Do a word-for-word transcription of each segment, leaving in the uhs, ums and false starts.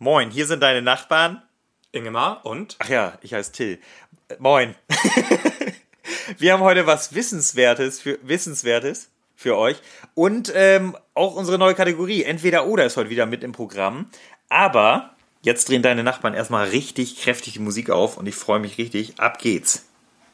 Moin, hier sind deine Nachbarn. Ingemar und? Ach ja, ich heiße Till. Äh, moin. Wir haben heute was Wissenswertes für, Wissenswertes für euch. Und ähm, auch unsere neue Kategorie, Entweder oder, ist heute wieder mit im Programm. Aber jetzt drehen deine Nachbarn erstmal richtig kräftig die Musik auf und ich freue mich richtig. Ab geht's.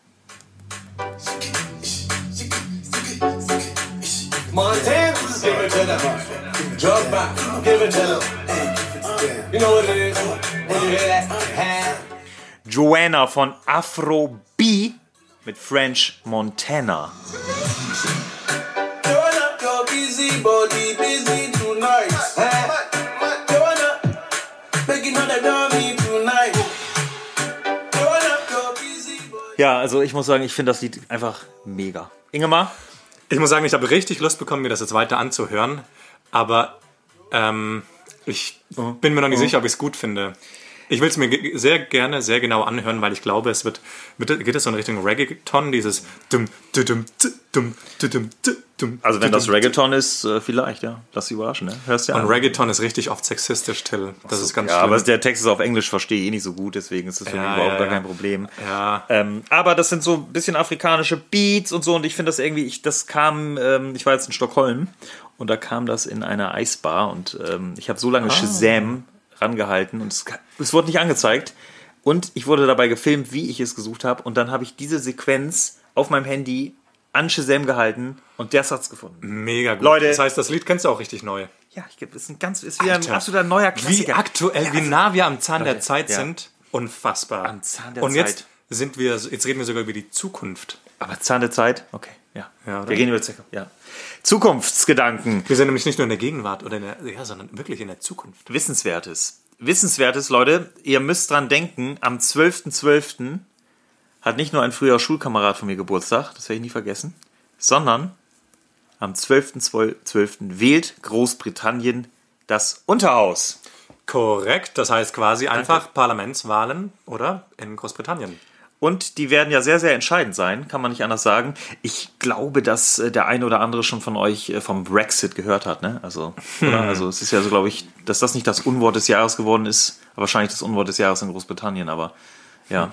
Montana, give it to them. Drug by, give it to them. You know what it is. When you hear that, Joanna von Afro B mit French Montana. Joanna, your busy body, busy tonight. Joanna, making all the dummy tonight. Joanna, your busy body. Ja, also ich muss sagen, ich finde das Lied einfach mega. Ingemar? Ich muss sagen, ich habe richtig Lust bekommen, mir das jetzt weiter anzuhören. Aber ähm, ich bin mir noch nicht oh. sicher, ob ich es gut finde. Ich will es mir ge- sehr gerne, sehr genau anhören, weil ich glaube, es wird, wird geht es so in Richtung Reggaeton, dieses dum, dum, dum, dum, dum, dum. Also wenn das Reggaeton ist, äh, vielleicht, ja. Lass dich überraschen, ne? Hörst du ja Und an. Reggaeton ist richtig oft sexistisch, Till. Das ist ganz Ja, schlimm. aber der Text ist auf Englisch, verstehe ich eh nicht so gut, deswegen ist das für Ja, mich überhaupt ja, gar ja. kein Problem. Ja. Ähm, aber das sind so ein bisschen afrikanische Beats und so und ich finde das irgendwie, ich, das kam, ähm, ich war jetzt in Stockholm und da kam das in einer Eisbar und ähm, ich habe so lange Ah. Shazam rangehalten und es, es wurde nicht angezeigt und ich wurde dabei gefilmt, wie ich es gesucht habe und dann habe ich diese Sequenz auf meinem Handy an Shazam gehalten und das hat's gefunden. Mega gut. Leute. Das heißt, das Lied kennst du auch richtig neu. Ja, ich glaube, es ist ein ganz, ist wieder Alter, ein absoluter neuer Wie Klassiker. aktuell, Ja, wie also- nah wir am Zahn der Leute, Zeit ja. sind. Unfassbar. Am Zahn der Und jetzt Zeit. sind wir, jetzt reden wir sogar über die Zukunft. Aber Zahn der Zeit? Okay, ja. Ja, oder? wir reden über Zukunft. Ja. Zukunftsgedanken. Wir sind nämlich nicht nur in der Gegenwart oder in der, ja, sondern wirklich in der Zukunft. Wissenswertes. Wissenswertes, Leute, ihr müsst dran denken, am zwölften zwölften hat nicht nur ein früherer Schulkamerad von mir Geburtstag, das werde ich nie vergessen, sondern am zwölften zwölften wählt Großbritannien das Unterhaus. Korrekt, das heißt quasi einfach Parlamentswahlen, oder? In Großbritannien. Und die werden ja sehr, sehr entscheidend sein, kann man nicht anders sagen. Ich glaube, dass äh, der eine oder andere schon von euch äh, vom Brexit gehört hat, ne? Also, oder? Also es ist ja so, glaube ich, dass das nicht das Unwort des Jahres geworden ist, aber wahrscheinlich das Unwort des Jahres in Großbritannien, aber ja.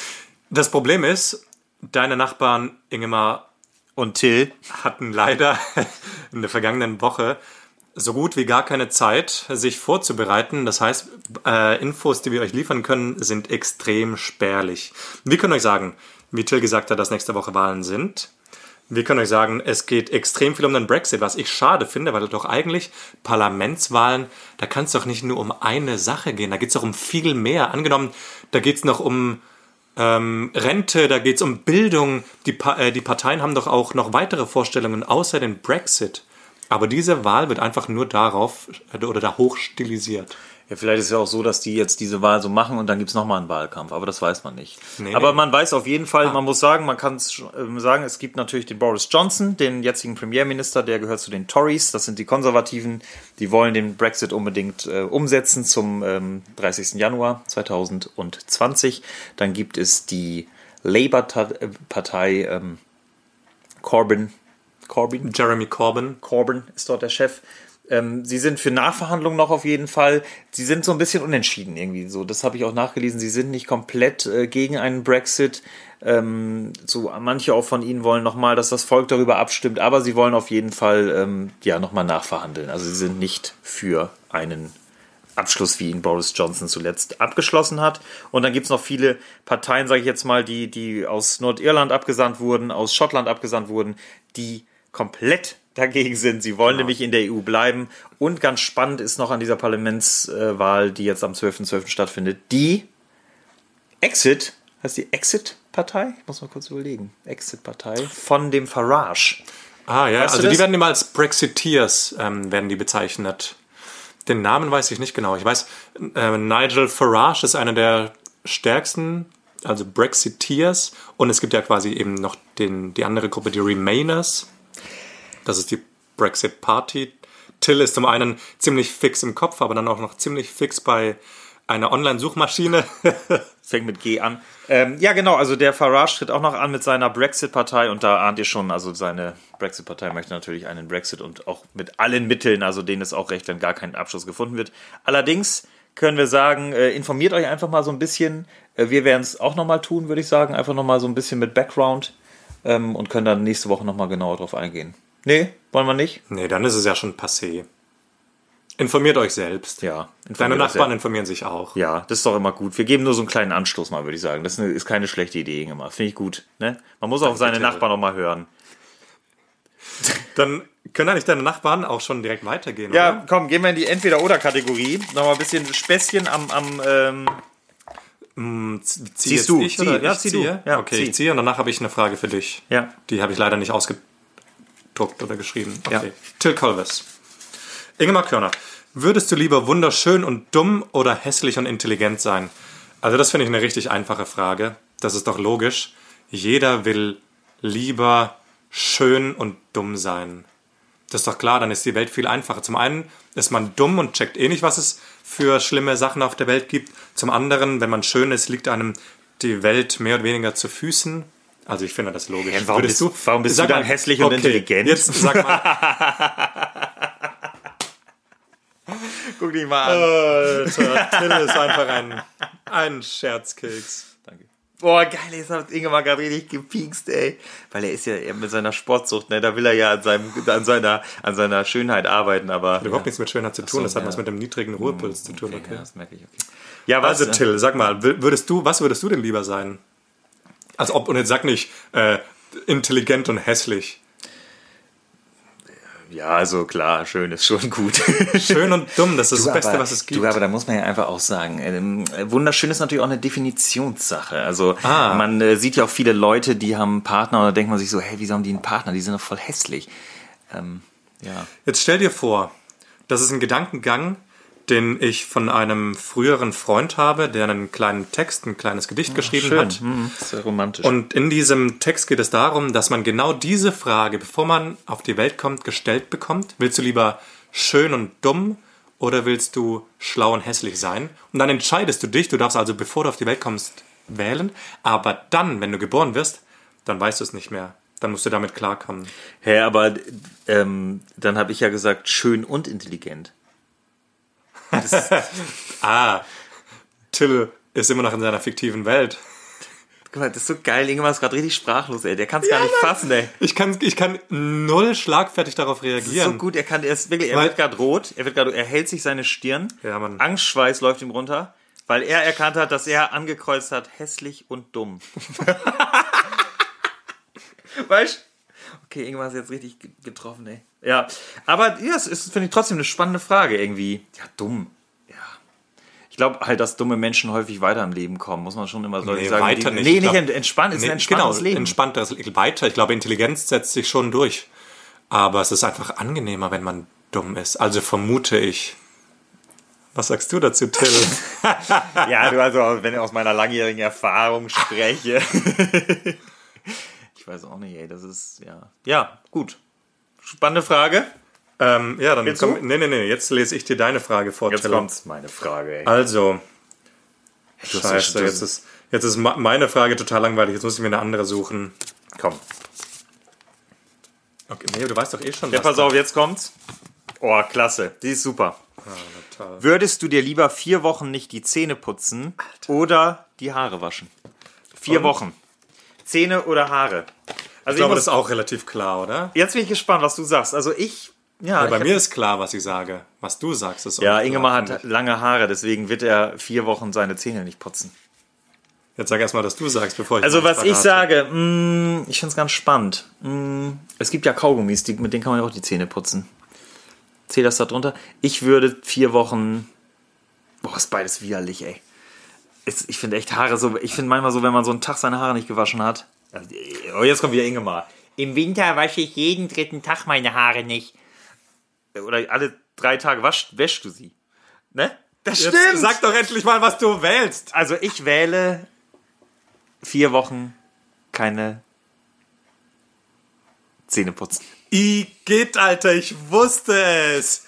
Das Problem ist, deine Nachbarn Ingemar Und Till? hatten leider in der vergangenen Woche so gut wie gar keine Zeit, sich vorzubereiten. Das heißt, äh, Infos, die wir euch liefern können, sind extrem spärlich. Wir können euch sagen, wie Till gesagt hat, dass nächste Woche Wahlen sind. Wir können euch sagen, es geht extrem viel um den Brexit, was ich schade finde, weil doch eigentlich Parlamentswahlen, da kann es doch nicht nur um eine Sache gehen, da geht es doch um viel mehr. Angenommen, da geht es noch um ähm, Rente, da geht es um Bildung. Die, pa- äh, die Parteien haben doch auch noch weitere Vorstellungen außer den Brexit. Aber diese Wahl wird einfach nur darauf oder da hoch stilisiert. Ja, vielleicht ist es ja auch so, dass die jetzt diese Wahl so machen und dann gibt es nochmal einen Wahlkampf, aber das weiß man nicht. Nee, aber nee. man weiß auf jeden Fall, Ah. man muss sagen, man kann es äh, sagen, es gibt natürlich den Boris Johnson, den jetzigen Premierminister, der gehört zu den Tories, das sind die Konservativen, die wollen den Brexit unbedingt äh, umsetzen zum ähm, dreißigsten Januar zweitausendzwanzig. Dann gibt es die Labour-Partei, ähm, Corbyn, Corbyn, Jeremy Corbyn. Corbyn ist dort der Chef. Ähm, sie sind für Nachverhandlungen noch auf jeden Fall. Sie sind so ein bisschen unentschieden irgendwie. So, das habe ich auch nachgelesen. Sie sind nicht komplett äh, gegen einen Brexit. Ähm, so manche auch von ihnen wollen nochmal, dass das Volk darüber abstimmt. Aber sie wollen auf jeden Fall ähm, ja nochmal nachverhandeln. Also sie sind nicht für einen Abschluss, wie ihn Boris Johnson zuletzt abgeschlossen hat. Und dann gibt es noch viele Parteien, sage ich jetzt mal, die, die aus Nordirland abgesandt wurden, aus Schottland abgesandt wurden, die komplett dagegen sind. Sie wollen Genau. nämlich in der E U bleiben. Und ganz spannend ist noch an dieser Parlamentswahl, die jetzt am zwölften zwölften stattfindet, die Exit, heißt die Exit-Partei? Ich muss mal kurz überlegen. Exit-Partei von dem Farage. Ah ja, Weißt du also die das? werden immer als Brexiteers ähm, werden die bezeichnet. Den Namen weiß ich nicht genau. Ich weiß, äh, Nigel Farage ist einer der stärksten, also Brexiteers. Und es gibt ja quasi eben noch den, die andere Gruppe, die Remainers. Das ist die Brexit Party. Till ist zum einen ziemlich fix im Kopf, aber dann auch noch ziemlich fix bei einer Online-Suchmaschine. Fängt mit G an. Ähm, ja, genau, also der Farage tritt auch noch an mit seiner Brexit-Partei und da ahnt ihr schon, also seine Brexit-Partei möchte natürlich einen Brexit und auch mit allen Mitteln, also denen ist auch recht, wenn gar kein Abschluss gefunden wird. Allerdings können wir sagen, äh, informiert euch einfach mal so ein bisschen. Äh, wir werden es auch nochmal tun, würde ich sagen. Einfach nochmal so ein bisschen mit Background ähm, und können dann nächste Woche nochmal genauer drauf eingehen. Nee, wollen wir nicht? Nee, dann ist es ja schon passé. Informiert euch selbst. Ja. Deine Nachbarn informieren sich auch. Ja, das ist doch immer gut. Wir geben nur so einen kleinen Anstoß mal, würde ich sagen. Das ist, eine, ist keine schlechte Idee, Ingemar. Finde ich gut. Ne? Man muss auch auf seine Nachbarn noch mal hören. Dann können eigentlich deine Nachbarn auch schon direkt weitergehen, Ja, oder? komm, gehen wir in die Entweder-Oder-Kategorie. Nochmal ein bisschen Späßchen am... am ähm Mm, zieh Ziehst jetzt du. ich, oder Zieh. Ja, ich zieh du. ziehe? Ja, okay, zieh. ich ziehe und danach habe ich eine Frage für dich. Ja. Die habe ich leider nicht ausgedruckt oder geschrieben. Okay. Ja. Till Colvers. Ingemar Körner. Würdest du lieber wunderschön und dumm oder hässlich und intelligent sein? Also das finde ich eine richtig einfache Frage. Das ist doch logisch. Jeder will lieber schön und dumm sein. Das ist doch klar, dann ist die Welt viel einfacher. Zum einen ist man dumm und checkt eh nicht, was es für schlimme Sachen auf der Welt gibt. Zum anderen, wenn man schön ist, liegt einem die Welt mehr oder weniger zu Füßen. Also ich finde das logisch. Hey, warum Würdest bist, warum bist sag du dann mal, hässlich und okay, intelligent? Jetzt sag mal. Guck dich mal an. Alter, Till ist einfach ein, ein Scherzkeks. Danke. Boah, geil, jetzt hat Ingemar gerade richtig gepiekst, ey. Weil er ist ja er mit seiner Sportsucht, ne? Da will er ja an, seinem, an, seiner, an seiner Schönheit arbeiten, aber... Hat überhaupt nichts mit Schönheit zu tun. so, das hat ja. was mit dem niedrigen Ruhepuls zu tun. Okay, Okay. ja, das merke ich, okay. Ja, was? Also Till, sag mal, würdest du, was würdest du denn lieber sein? Also ob, und jetzt sag nicht äh, intelligent und hässlich. Ja, also klar, schön ist schon gut. Schön und dumm, das ist das Du, Beste, aber, was es gibt. Du, aber da muss man ja einfach auch sagen, ähm, wunderschön ist natürlich auch eine Definitionssache. Also Ah. man äh, sieht ja auch viele Leute, die haben einen Partner und da denkt man sich so, hey, wieso haben die einen Partner? Die sind doch voll hässlich. Ähm, ja. Jetzt stell dir vor, das ist ein Gedankengang, den ich von einem früheren Freund habe, der einen kleinen Text, ein kleines Gedicht geschrieben Schön, hat. mhm. Sehr romantisch. Und in diesem Text geht es darum, dass man genau diese Frage, bevor man auf die Welt kommt, gestellt bekommt. Willst du lieber schön und dumm oder willst du schlau und hässlich sein? Und dann entscheidest du dich, du darfst also, bevor du auf die Welt kommst, wählen. Aber dann, wenn du geboren wirst, dann weißt du es nicht mehr. Dann musst du damit klarkommen. Hä, aber ähm, dann habe ich ja gesagt, schön und intelligent. Ah, Till ist immer noch in seiner fiktiven Welt. Guck mal, das ist so geil. Ingemar ist gerade richtig sprachlos, ey. Der kann es gar nicht fassen, ey. Ich kann, ich kann null schlagfertig darauf Das ist reagieren. so gut, er kann, er ist wirklich, er Weil- wird gerade rot, er wird gerade, er hält sich seine Stirn, Ja, Mann. Angstschweiß läuft ihm runter, weil er erkannt hat, dass er angekreuzt hat, hässlich und dumm. Weißt du? Okay, Ingemar ist jetzt richtig ge- getroffen, ey. Ja, aber ja, es ist, finde ich, trotzdem eine spannende Frage irgendwie. Ja, dumm. Ja. Ich glaube halt, dass dumme Menschen häufig weiter im Leben kommen, muss man schon immer so Nee, sagen. weiter die, nicht. Nee, Ich nicht glaub- entspannt, es ist Nee, ein entspanntes genau, Leben. entspannteres weiter. Ich glaube, Intelligenz setzt sich schon durch. Aber es ist einfach angenehmer, wenn man dumm ist. Also vermute ich. Was sagst du dazu, Till? Ja, du, also, wenn ich aus meiner langjährigen Erfahrung spreche. Ich weiß auch nicht, ey, das ist, ja. Ja, gut. Spannende Frage. ähm, ja, dann Willst komm, du? nee, nee, nee, jetzt lese ich dir deine Frage vor, Jetzt Till. kommt meine Frage, ey. Also, Du hast scheiße, ja- jetzt ist, jetzt ist ma- meine Frage total langweilig. Jetzt muss ich mir eine andere suchen. Komm. Okay, nee, du weißt doch eh schon, Ja, was pass da- auf, jetzt kommt's. Oh, klasse. Die ist super. Ah, na toll. Würdest du dir lieber vier Wochen nicht die Zähne putzen oder die Haare waschen? Vier Und? Wochen. Zähne oder Haare? Also Ich glaube, muss, das ist auch relativ klar, oder? jetzt bin ich gespannt, was du sagst. Also ich, ja, Ja, bei ich mir ist klar, was ich sage. Was du sagst, ist ja, unklar, Ingemar finde hat ich. lange Haare, deswegen wird er vier Wochen seine Zähne nicht putzen. Jetzt sag erst mal, dass du sagst, bevor ich Also mal was ich verrate. sage, mh, ich finde es ganz spannend. Mh, es gibt ja Kaugummis, die, mit denen kann man ja auch die Zähne putzen. Zähl das da drunter? Ich würde vier Wochen... Boah, ist beides widerlich, ey. Es, ich finde echt Haare so... Ich finde manchmal so, wenn man so einen Tag seine Haare nicht gewaschen hat... Oh, jetzt kommt wieder Ingemar. Im Winter wasche ich jeden dritten Tag meine Haare nicht. Oder alle drei Tage wasch, wäschst du sie. Ne? Das Jetzt sag doch endlich mal, was du wählst. Also ich wähle vier Wochen keine Zähne putzen. I geht, Alter, ich wusste es.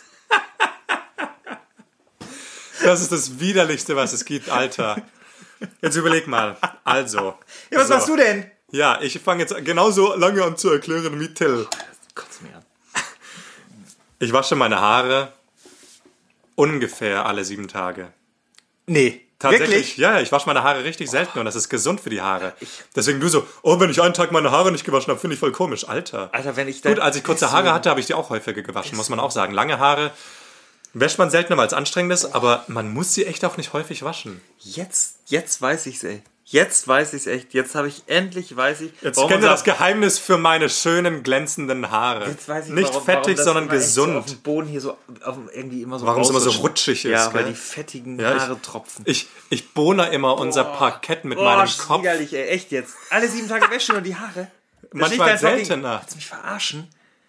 Das ist das Widerlichste, was es gibt, Alter. Jetzt überleg mal. Also. Ja, was so. machst du denn? Ja, ich fange jetzt genauso lange an zu erklären wie Till. Kotzt mir an. Ich wasche meine Haare ungefähr alle sieben Tage. Nee. Tatsächlich, Wirklich? ja, ja, ich wasche meine Haare richtig selten und das ist gesund für die Haare. Deswegen du so, oh, wenn ich einen Tag meine Haare nicht gewaschen habe, finde ich voll komisch. Alter. Alter, wenn ich Gut, als ich kurze Haare hatte, habe ich die auch häufiger gewaschen, muss man auch sagen. Lange Haare wäscht man seltener, weil es anstrengend ist, aber man muss sie echt auch nicht häufig waschen. Jetzt, jetzt weiß ich's, ey. Jetzt weiß ich's echt. Jetzt habe ich endlich, weiß ich... Jetzt warum kennt ihr unser- das Geheimnis für meine schönen, glänzenden Haare. Jetzt weiß ich, nicht warum, fettig, warum das sondern immer echt so auf gesund. dem Boden hier so auf, dem- irgendwie immer so Warum es immer so rausrutschen. rutschig ist, Ja, weil gell? die fettigen Ja, ich- Haare tropfen. Ich, ich bohne immer unser Parkett mit Oh, meinem ist Kopf. widerlich, ey. Echt jetzt. Alle sieben Tage Wäsche und die Haare. Das ist Manchmal nicht dein fucking- seltener. Willst du mich verarschen?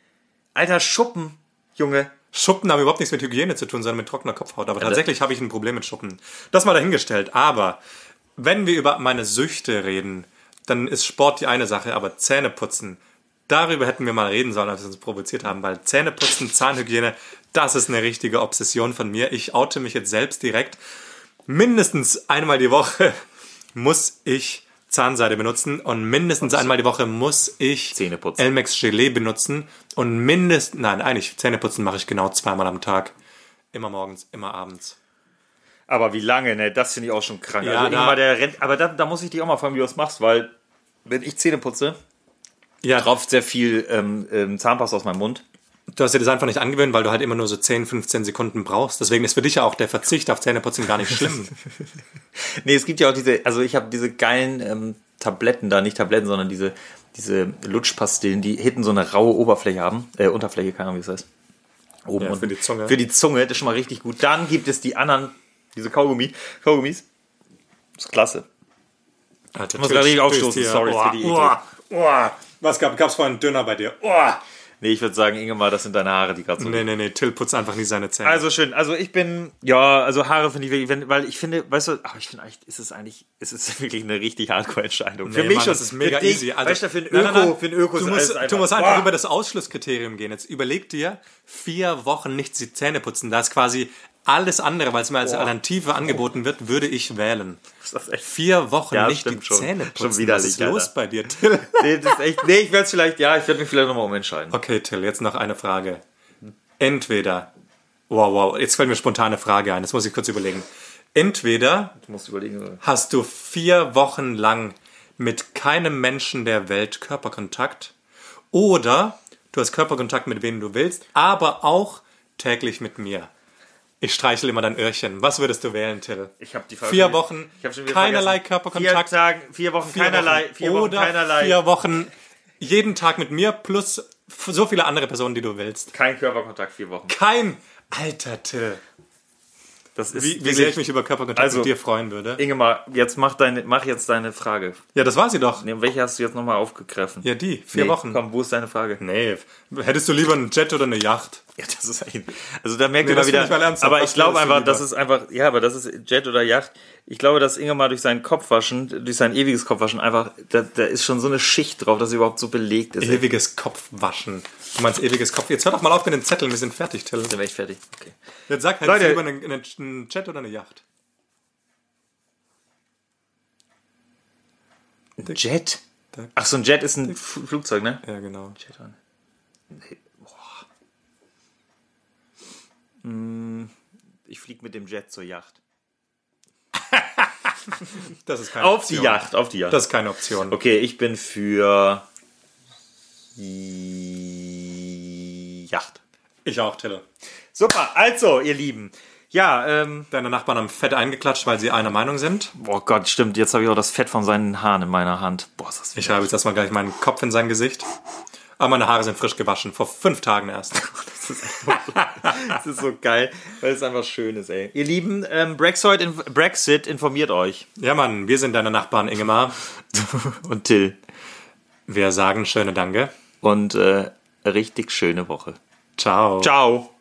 Alter Schuppen, Junge. Schuppen haben überhaupt nichts mit Hygiene zu tun, sondern mit trockener Kopfhaut. Aber tatsächlich habe ich ein Problem mit Schuppen. Das mal dahingestellt. Aber wenn wir über meine Süchte reden, dann ist Sport die eine Sache, aber Zähneputzen, darüber hätten wir mal reden sollen, als wir uns provoziert haben, weil Zähneputzen, Zahnhygiene, das ist eine richtige Obsession von mir. Ich oute mich jetzt selbst direkt. Mindestens einmal die Woche muss ich Zahnseide benutzen und mindestens einmal die Woche muss ich Zähne putzen. Elmex Gelee benutzen und mindestens, nein, eigentlich Zähneputzen mache ich genau zweimal am Tag. Immer morgens, immer abends. Aber wie lange, ne? Das finde ich auch schon krank. Ja, also da- Ingmar, der rennt, aber da, da muss ich dich auch mal fragen, wie du das machst, weil wenn ich Zähne putze, Ja, tropft sehr viel ähm, ähm, Zahnpasta aus meinem Mund. du hast dir das einfach nicht angewöhnt, weil du halt immer nur so zehn, fünfzehn Sekunden brauchst. Deswegen ist für dich ja auch der Verzicht auf Zähneputzen gar nicht schlimm. Nee, es gibt ja auch diese, also ich habe diese geilen ähm, Tabletten da, nicht Tabletten, sondern diese, diese Lutschpastillen, die hinten so eine raue Oberfläche haben, äh, Unterfläche, keine Ahnung, wie das heißt. Oben Ja, unten. für die Zunge. Für die Zunge, das ist schon mal richtig gut. Dann gibt es die anderen, diese Kaugummi, Kaugummis. Das ist klasse. Alter, Ich muss gerade richtig aufstoßen, sorry oh, für die Eklig. oh, oh. Was gab es vorhin einen Döner bei dir? Oh. Nee, ich würde sagen, Ingemar, das sind deine Haare, die gerade so... Nee, nee, nee, Till putzt einfach nie seine Zähne. Also schön, also ich bin, ja, also Haare finde ich wirklich, wenn, weil ich finde, weißt du, ach, ich finde eigentlich, ist es eigentlich, ist es wirklich eine richtig Hardcore-Entscheidung. Für Nee, mich Mann, schon. das ist mega für dich, easy. Also, weißt du, für ein Öko, nein, nein, nein. für ein Öko du ist musst, alles du musst einfach boah. über das Ausschlusskriterium gehen. Jetzt überleg dir, vier Wochen nicht die Zähne putzen. Da ist quasi alles andere, weil es mir als Alternative angeboten wird, würde ich wählen. Ist das echt, Vier Wochen Ja, nicht die stimmt schon. Zähne Schon putzen. widerlich, Was ist los Alter. bei dir, Till? nee, das ist echt, nee, ich werde es vielleicht, ja, ich werde mich vielleicht nochmal umentscheiden. Okay, Till, jetzt noch eine Frage. Entweder, wow, wow, jetzt fällt mir spontan eine Frage ein, das muss ich kurz überlegen. Entweder Ich muss überlegen. hast du vier Wochen lang mit keinem Menschen der Welt Körperkontakt oder du hast Körperkontakt mit wem du willst, aber auch täglich mit mir. Ich streichel immer dein Öhrchen. Was würdest du wählen, Till? Ich habe die Frage Vier schon- Wochen, ich hab schon wieder keinerlei vergessen. Körperkontakt. Vier, Tagen, vier Wochen Vier keinerlei, Wochen. vier Wochen oder keinerlei, vier Wochen jeden Tag mit mir plus f- so viele andere Personen, die du willst. kein Körperkontakt, vier Wochen. Kein alter Till. Das ist Wie, wie wirklich- sehr ich mich über Körperkontakt Also- mit dir freuen würde. Ingemar, jetzt mach deine, mach jetzt deine Frage. Ja, das war sie doch. Nee, welche hast du jetzt nochmal aufgegriffen? Ja, die. Vier Nee, Wochen. Komm, wo ist deine Frage? Nee. Hättest du lieber einen Jet oder eine Yacht? Ja, das ist eigentlich, also da merkt Nee, ihr mal das wieder, finde ich mal ernsthaft. aber Was ich glaube würdest du einfach, das lieber? ist einfach, ja, aber das ist Jet oder Yacht. Ich glaube, dass Ingemar durch seinen Kopfwaschen, durch sein ewiges Kopfwaschen einfach, da, da ist schon so eine Schicht drauf, dass er überhaupt so belegt ist. Ewiges Kopfwaschen. Du meinst ewiges Kopf. Jetzt hör doch mal auf mit den Zetteln, wir sind fertig, Till. Sind wir echt fertig? Okay. Jetzt sag, hättest Leute. du lieber einen, einen, einen Jet oder eine Yacht? Jet? Ach, so ein Jet ist ein F Flugzeug, ne? Ja, genau. Jet oder- Nee, boah. Hm, ich fliege mit dem Jet zur Yacht. Das ist keine Auf die Option. Yacht, auf die Yacht. Das ist keine Option. Okay, ich bin für Yacht. Ich auch, Till. Super, also, ihr Lieben. Ja, ähm. Deine Nachbarn haben fett eingeklatscht, weil sie einer Meinung sind. Boah Gott, stimmt. Jetzt habe ich auch das Fett von seinen Haaren in meiner Hand. Boah, ist das Ich habe jetzt erstmal gleich meinen Kopf in sein Gesicht. Aber meine Haare sind frisch gewaschen. Vor fünf Tagen erst. Das ist so geil, weil es einfach schön ist, ey. Ihr Lieben, ähm, Brexit, in Brexit informiert euch. Ja, Mann, wir sind deine Nachbarn, Ingemar. Und Till. Wir sagen schöne Danke. Und äh, richtig schöne Woche. Ciao. Ciao.